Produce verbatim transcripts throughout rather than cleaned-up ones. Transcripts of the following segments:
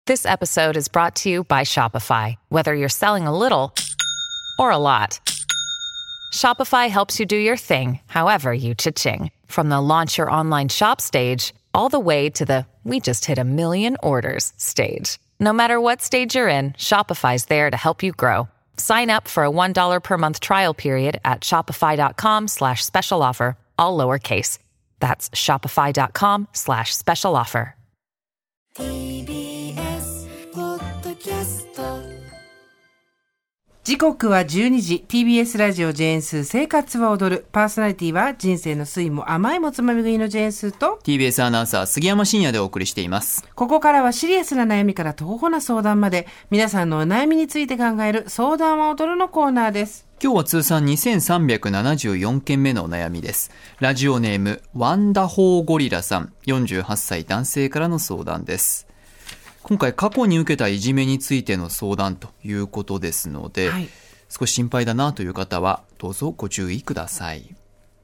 This episode is brought to you by Shopify. Whether you're selling a little or a lot, Shopify helps you do your thing, however you cha-ching. From the launch your online shop stage, all the way to the we just hit a million orders stage. No matter what stage you're in, Shopify's there to help you grow. Sign up for a one dollar per month trial period at shopify.com slash special offer, all lowercase. That's shopify.com slash special offer. ティービーエス ポッドキャスト。 時刻はじゅうにじ。 ティービーエス ラジオジェーンスー生活は踊る。パーソナリティは人生の酸いも甘いもつまみ食いのジェーンスーとティービーエス アナウンサー杉山真也でお送りしています。 ここからはシリアスな悩みから徒歩な相談まで、皆さんのお悩みについて考える相談は踊るのコーナーです。 今日は通算にせんさんびゃくななじゅうよんけんめのお悩みです。ラジオネームワンダホーゴリラさん、よんじゅうはっさい男性からの相談です。今回過去に受けたいじめについての相談ということですので、はい、少し心配だなという方はどうぞご注意ください。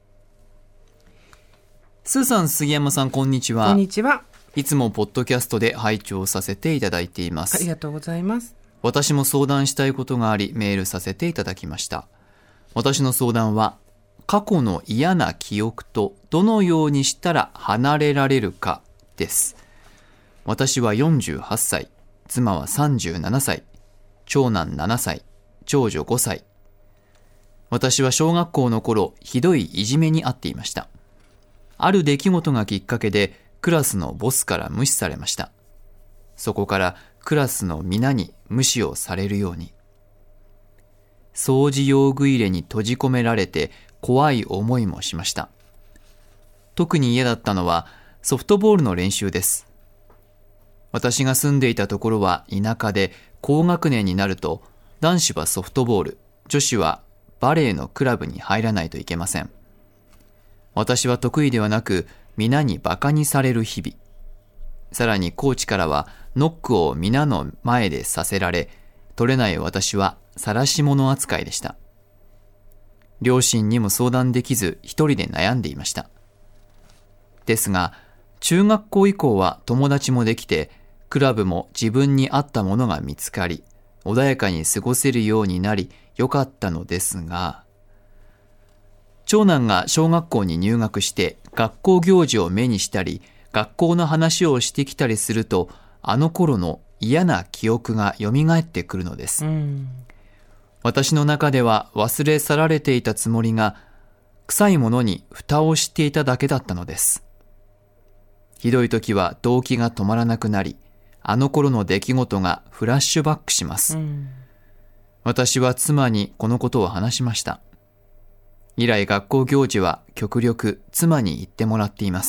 スーさん、杉山さん、こんにちは。 こんにちは。 いつもポッドキャストで拝聴させていただいています。 ありがとうございます。 私も相談したいことがありメールさせていただきました。私の相談は、過去の嫌な記憶とどのようにしたら離れられるかです。私はよんじゅうはっさい、妻はさんじゅうななさい、長男ななさい、長女ごさい。私は小学校の頃、ひどいいじめに遭っていました。ある出来事がきっかけでクラスのボスから無視されました。そこからクラスの皆に無視をされるように。掃除用具入れに閉じ込められて怖い思いもしました。特に嫌だったのはソフトボールの練習です。私が住んでいたところは田舎で、高学年になると男子はソフトボール、女子はバレーのクラブに入らないといけません。私は得意ではなく、皆にバカにされる日々。さらにコーチからはノックを皆の前でさせられ、取れない私は晒し者扱いでした。両親にも相談できず一人で悩んでいました。ですが、中学校以降は友達もできて、クラブも自分に合ったものが見つかり、穏やかに過ごせるようになり、よかったのですが、長男が小学校に入学して学校行事を目にしたり、学校の話をしてきたりすると、あの頃の嫌な記憶が蘇ってくるのです。うん、私の中では忘れ去られていたつもりが、臭いものに蓋をしていただけだったのです。ひどい時は動悸が止まらなくなり、あの頃の出来事がフラッシュバックします。うん、私は妻にこのことを話しました。以来学校行事は極力妻に行ってもらっています。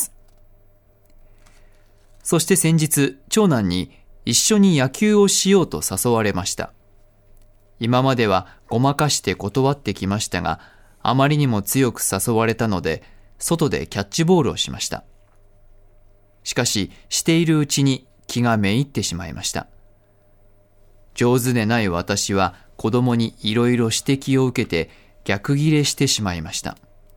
そして先日、長男に一緒に野球をしようと誘われました。今まではごまかして断ってきましたが、あまりにも強く誘われたので、外でキャッチボールをしました。しかし、しているうちに気がめいってしまいました。上手でない私は子供にいろいろ指摘を受けて逆ギレしてしまいました。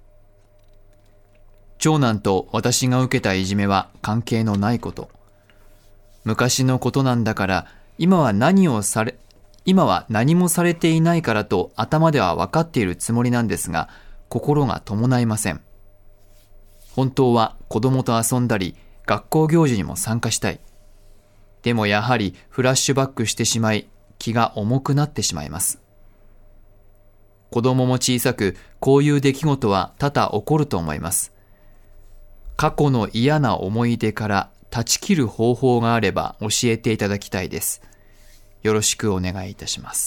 長男と私が受けたいじめは関係のないこと。昔のことなんだから、今は何をされ、今は何もされていないからと頭では分かっているつもりなんですが、心が伴いません。本当は子供と遊んだり、学校行事にも参加したい。でもやはりフラッシュバックしてしまい、気が重くなってしまいます。子供も小さく、こういう出来事は多々起こると思います。過去の嫌な思い出から断ち切る方法があれば教えていただきたいです。よろしくお願いいたします。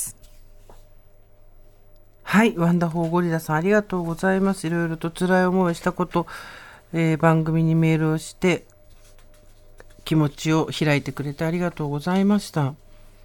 はい、ワンダホーゴリラさん、ありがとうございます。いろいろと辛い思いをしたこと、えー、番組にメールをして気持ちを開いてくれてありがとうございました。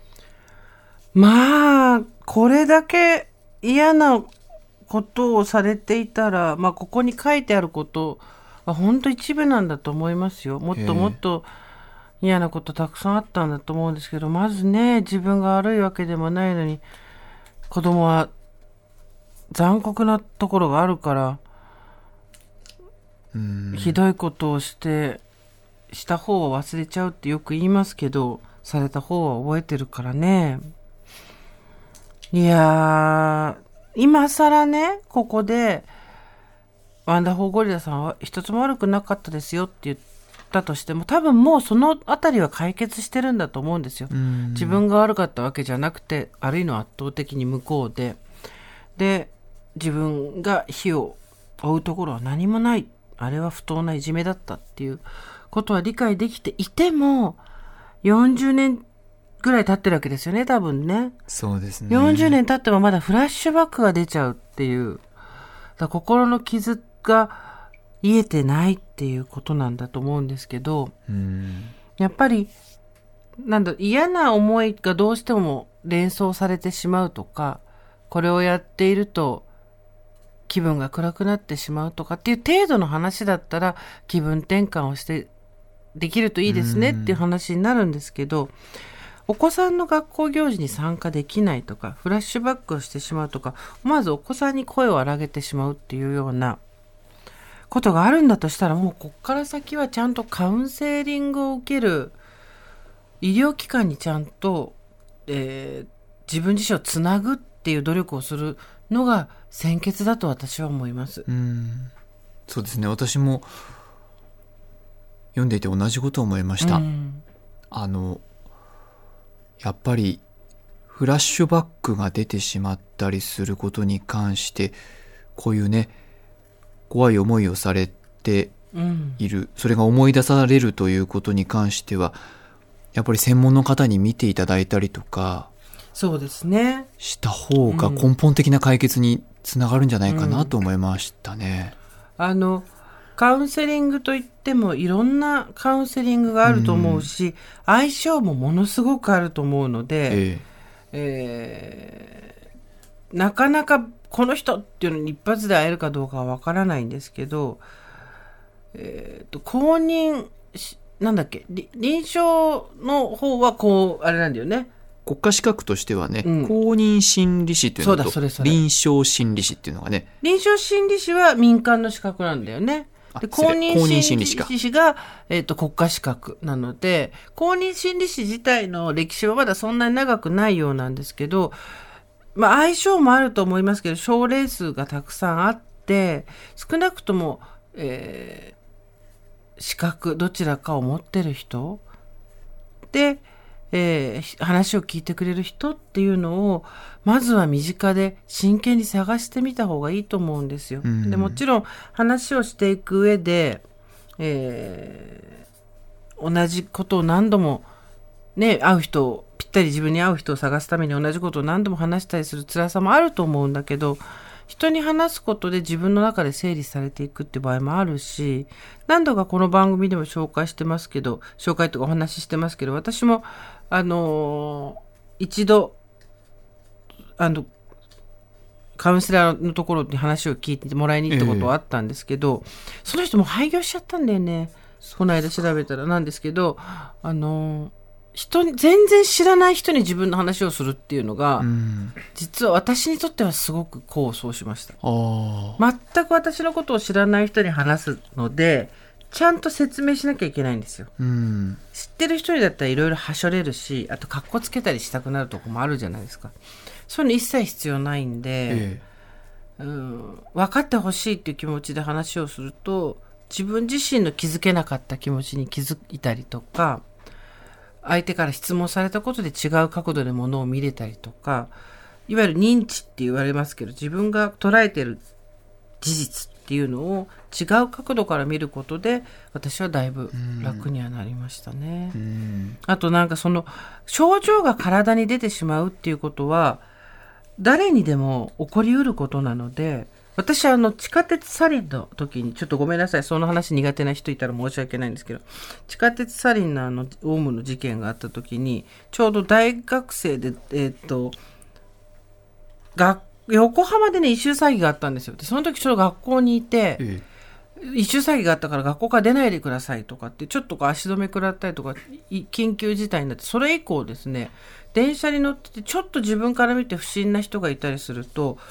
まあこれだけ嫌なことをされていたら、まあここに書いてあることは本当一部なんだと思いますよ。もっともっと嫌なことたくさんあったんだと思うんですけど、まずね、自分が悪いわけでもないのに子供は残酷なところがあるから、うーん、ひどいことをしてした方を忘れちゃうってよく言いますけど、 された方は覚えてるからね。いやー、今更ね、ここでワンダフォーゴリラさんは一つも悪くなかったですよって言ったとしても、多分もうそのあたりは解決してるんだと思うんですよ。自分が悪かったわけじゃなくて、悪いのは圧倒的に向こうで、で自分が非を追うところは何もない、あれは不当ないじめだったっていうことは理解できていても、よんじゅうねんぐらい経ってるわけですよね、多分ね。 そうですね。 よんじゅうねん経ってもまだフラッシュバックが出ちゃうっていう、だから心の傷が癒えてないっていうことなんだと思うんですけど、 うん、 やっぱりなんだ、嫌な思いがどうしても連想されてしまうとか、これをやっていると気分が暗くなってしまうとかっていう程度の話だったら、気分転換をしてできるといいですねっていう話になるんですけど、お子さんの学校行事に参加できないとか、フラッシュバックをしてしまうとか、まずお子さんに声を荒げてしまうっていうようなことがあるんだとしたら、もうこっから先はちゃんとカウンセリングを受ける医療機関にちゃんと、えー、自分自身をつなぐっていう努力をするのが先決だと私は思います。 うん、そうですね。私も読んでいて同じことを思いました。うん、あのやっぱりフラッシュバックが出てしまったりすることに関して、こういうね、怖い思いをされている、うん、それが思い出されるということに関しては、やっぱり専門の方に見ていただいたりとか、 そうですね、 した方が根本的な解決につながるんじゃないかなと思いましたね。 うん、あのカウンセリングといってもいろんなカウンセリングがあると思うし、うん、相性もものすごくあると思うので、えええー、なかなかこの人っていうのに一発で会えるかどうかはわからないんですけど、えー、と公認なんだっけ、臨床の方はこうあれなんだよね。 国家資格としてはね、うん、公認心理師っていうのと、それそれ臨床心理師っていうのがね、 臨床心理師は民間の資格なんだよね。で公認心理師が、えー、と国家資格なので、公認心理師自体の歴史はまだそんなに長くないようなんですけど、まあ、相性もあると思いますけど、症例数がたくさんあって、少なくとも、えー、資格どちらかを持ってる人で、えー、話を聞いてくれる人っていうのをまずは身近で真剣に探してみた方がいいと思うんですよ。うん、でもちろん話をしていく上で、えー、同じことを何度もね、会う人をぴったり自分に合う人を探すために同じことを何度も話したりする辛さもあると思うんだけど、人に話すことで自分の中で整理されていくって場合もあるし、何度かこの番組でも紹介してますけど、紹介とかお話ししてますけど、私もあのー、一度あのカウンセラーのところに話を聞いてもらいに行ったことはあったんですけど、えー、その人も廃業しちゃったんだよね。この間調べたらなんですけど、あのー人に全然知らない人に自分の話をするっていうのが、うん、実は私にとってはすごく功を奏しました。全く私のことを知らない人に話すので、ちゃんと説明しなきゃいけないんですよ。うん、知ってる人にだったらいろいろはしょれるし、あとカッコつけたりしたくなるとこもあるじゃないですか。そういうの一切必要ないんで、ええ、うん、分かってほしいっていう気持ちで話をすると、自分自身の気づけなかった気持ちに気づいたりとか、相手から質問されたことで違う角度でものを見れたりとか、いわゆる認知って言われますけど、自分が捉えてる事実っていうのを違う角度から見ることで、私はだいぶ楽にはなりましたね。うんうん、あとなんかその症状が体に出てしまうっていうことは誰にでも起こりうることなので、私はあの地下鉄サリンの時に、ちょっとごめんなさい、その話苦手な人いたら申し訳ないんですけど、地下鉄サリンのあのオウムの事件があった時に、ちょうど大学生で、えー、っと学横浜でね異臭騒ぎがあったんですよ。でその時ちょうど学校にいて、ええ、異臭騒ぎがあったから学校から出ないでくださいとかって、ちょっとこう足止め食らったりとか緊急事態になって、それ以降ですね、電車に乗っててちょっと自分から見て不審な人がいたりすると、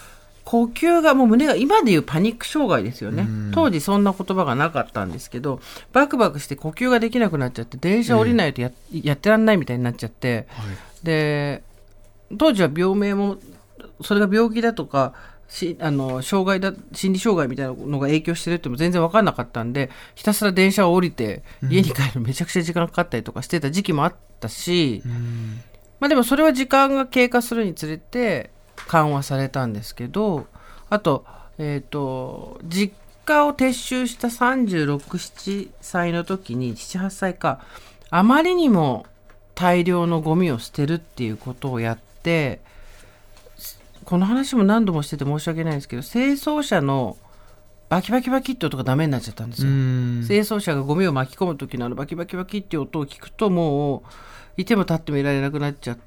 呼吸がもう胸が今でいうパニック障害ですよね、 うん、 当時そんな言葉がなかったんですけど、バクバクして呼吸ができなくなっちゃって電車降りないと や,、えー、やってらんないみたいになっちゃって、はい、で当時は病名もそれが病気だとかしあの障害だ心理障害みたいなのが影響してるっても全然分かんなかったんで、ひたすら電車を降りて家に帰るのめちゃくちゃ時間かかったりとかしてた時期もあったし、うん、まあでもそれは時間が経過するにつれて緩和されたんですけど、あと、えっと、実家を撤収したさんじゅうろく、ななさいの時に、なな、はっさいか、あまりにも大量のゴミを捨てるっていうことをやって、この話も何度もしてて申し訳ないんですけど、清掃車のバキバキバキって音がダメになっちゃったんですよ。清掃車がゴミを巻き込む時のあのバキバキバキって音を聞くと、もういても立ってもいられなくなっちゃって、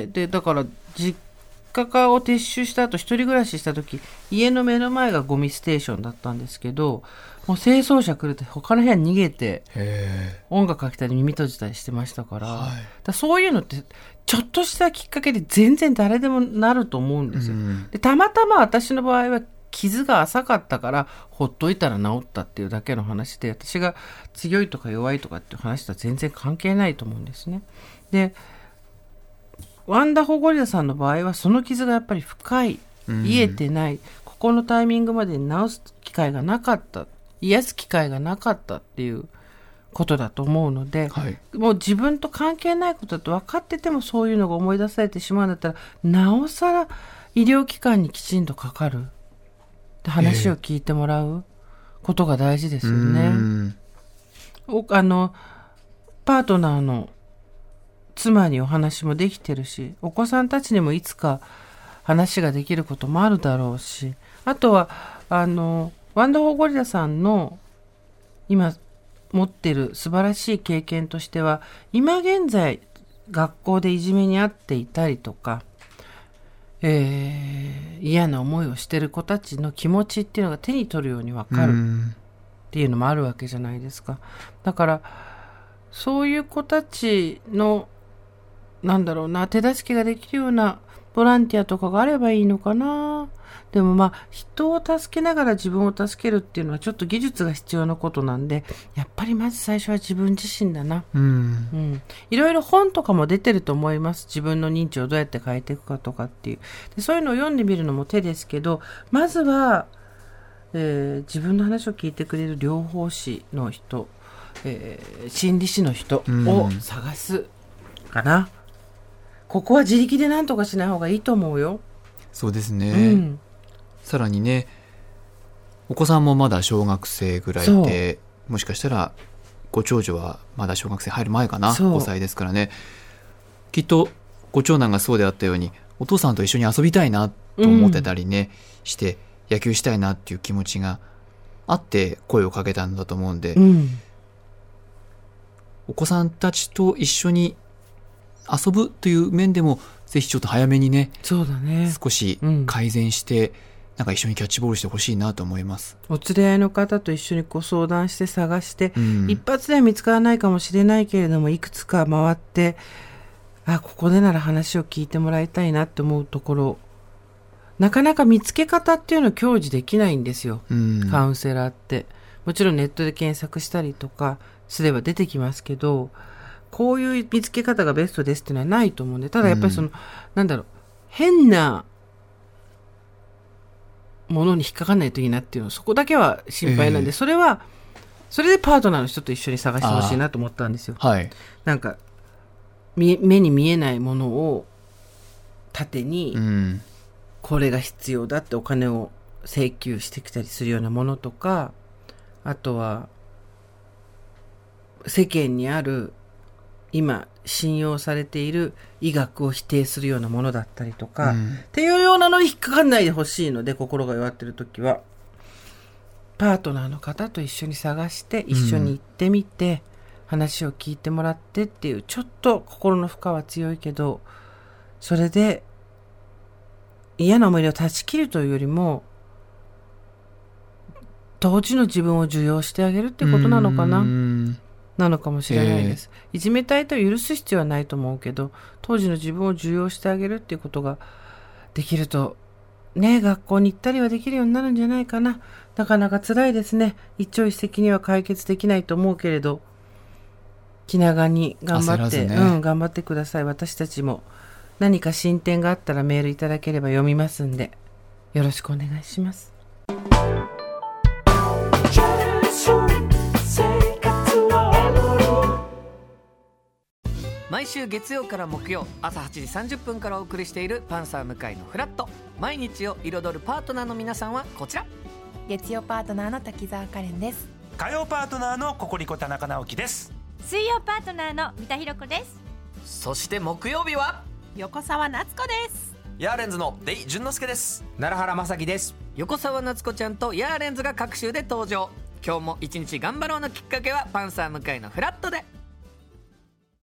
でだから実家を撤収した後一人暮らしした時、家の目の前がゴミステーションだったんですけど、もう清掃車来ると他の部屋に逃げて音楽かけたり耳閉じたりしてましたから、はい、だそういうのってちょっとしたきっかけで全然誰でもなると思うんですよ、うん、でたまたま私の場合は傷が浅かったからほっといたら治ったっていうだけの話で、私が強いとか弱いとかっていう話とは全然関係ないと思うんですね。でワンダホーゴリラさんの場合はその傷がやっぱり深い、癒えてない、ここのタイミングまでに治す機会がなかった、癒す機会がなかったっていうことだと思うので、はい、もう自分と関係ないことだと分かっててもそういうのが思い出されてしまうんだったら、なおさら医療機関にきちんとかかるで話を聞いてもらうことが大事ですよね。おあのパートナーの妻にお話もできてるし、お子さんたちにもいつか話ができることもあるだろうし、あとはあのワンダホーゴリラさんの今持ってる素晴らしい経験としては、今現在学校でいじめに遭っていたりとか、えー、嫌な思いをしてる子たちの気持ちっていうのが手に取るように分かるっていうのもあるわけじゃないですか。だからそういう子たちのなんだろうな、手助けができるようなボランティアとかがあればいいのかな。でもまあ人を助けながら自分を助けるっていうのはちょっと技術が必要なことなんで、やっぱりまず最初は自分自身だな。うん、うん、いろいろ本とかも出てると思います。自分の認知をどうやって変えていくかとかっていうで、そういうのを読んでみるのも手ですけど、まずは、えー、自分の話を聞いてくれる療法士の人、えー、心理師の人を探すかな、うん、ここは自力で何とかしない方がいいと思うよ。 そうですね、うん、さらにね、お子さんもまだ小学生ぐらいで、もしかしたらご長女はまだ小学生入る前かな、ごさいですからね。きっとご長男がそうであったように、お父さんと一緒に遊びたいなと思ってたりね、うん、して野球したいなっていう気持ちがあって声をかけたんだと思うんで、うん、お子さんたちと一緒に遊ぶという面でもぜひちょっと早めにね、 そうだね、 少し改善して、うん、なんか一緒にキャッチボールしてほしいなと思います。 お連れ合いの方と一緒にご相談して探して、うん、一発では見つからないかもしれないけれども、いくつか回って、あ、ここでなら話を聞いてもらいたいなって思うところ、なかなか見つけ方っていうのを享受できないんですよ、うん、カウンセラーって。もちろんネットで検索したりとかすれば出てきますけど、こういう見つけ方がベストですっていうのはないと思うんで、ただやっぱりその、うん、なんだろう、変なものに引っかかんないといいなっていうの、そこだけは心配なんで、えー、それはそれでパートナーの人と一緒に探してほしいなと思ったんですよ。はい、なんか目に見えないものを盾に、うん、これが必要だってお金を請求してきたりするようなものとか、あとは世間にある今信用されている医学を否定するようなものだったりとか、うん、っていうようなのに引っかかんないでほしいので、心が弱ってるときはパートナーの方と一緒に探して一緒に行ってみて、うん、話を聞いてもらってっていう、ちょっと心の負荷は強いけど、それで嫌な思い出を断ち切るというよりも当時の自分を受容してあげるってことなのかな、なのかもしれないです、えー、いじめたいと許す必要はないと思うけど、当時の自分を受容してあげるっていうことができるとね学校に行ったりはできるようになるんじゃないかな。なかなか辛いですね。一朝一夕には解決できないと思うけれど、気長に頑張って、 焦らずね、 うん、頑張ってください。私たちも何か進展があったらメールいただければ読みますんで、よろしくお願いします。 毎週月曜から木曜朝はちじさんじゅっぷんからお送りしているパンサー向井のフラット。毎日を彩るパートナーの皆さんはこちら。 月曜パートナーの滝沢カレンです。 火曜パートナーのココリコ田中直樹です。 水曜パートナーの三田寛子です。 そして木曜日は横澤夏子です。 ヤーレンズのデイ淳之介です。 奈良原正樹です。 横澤夏子ちゃんとヤーレンズが各週で登場。今日も一日頑張ろうのきっかけはパンサー向井のフラットで。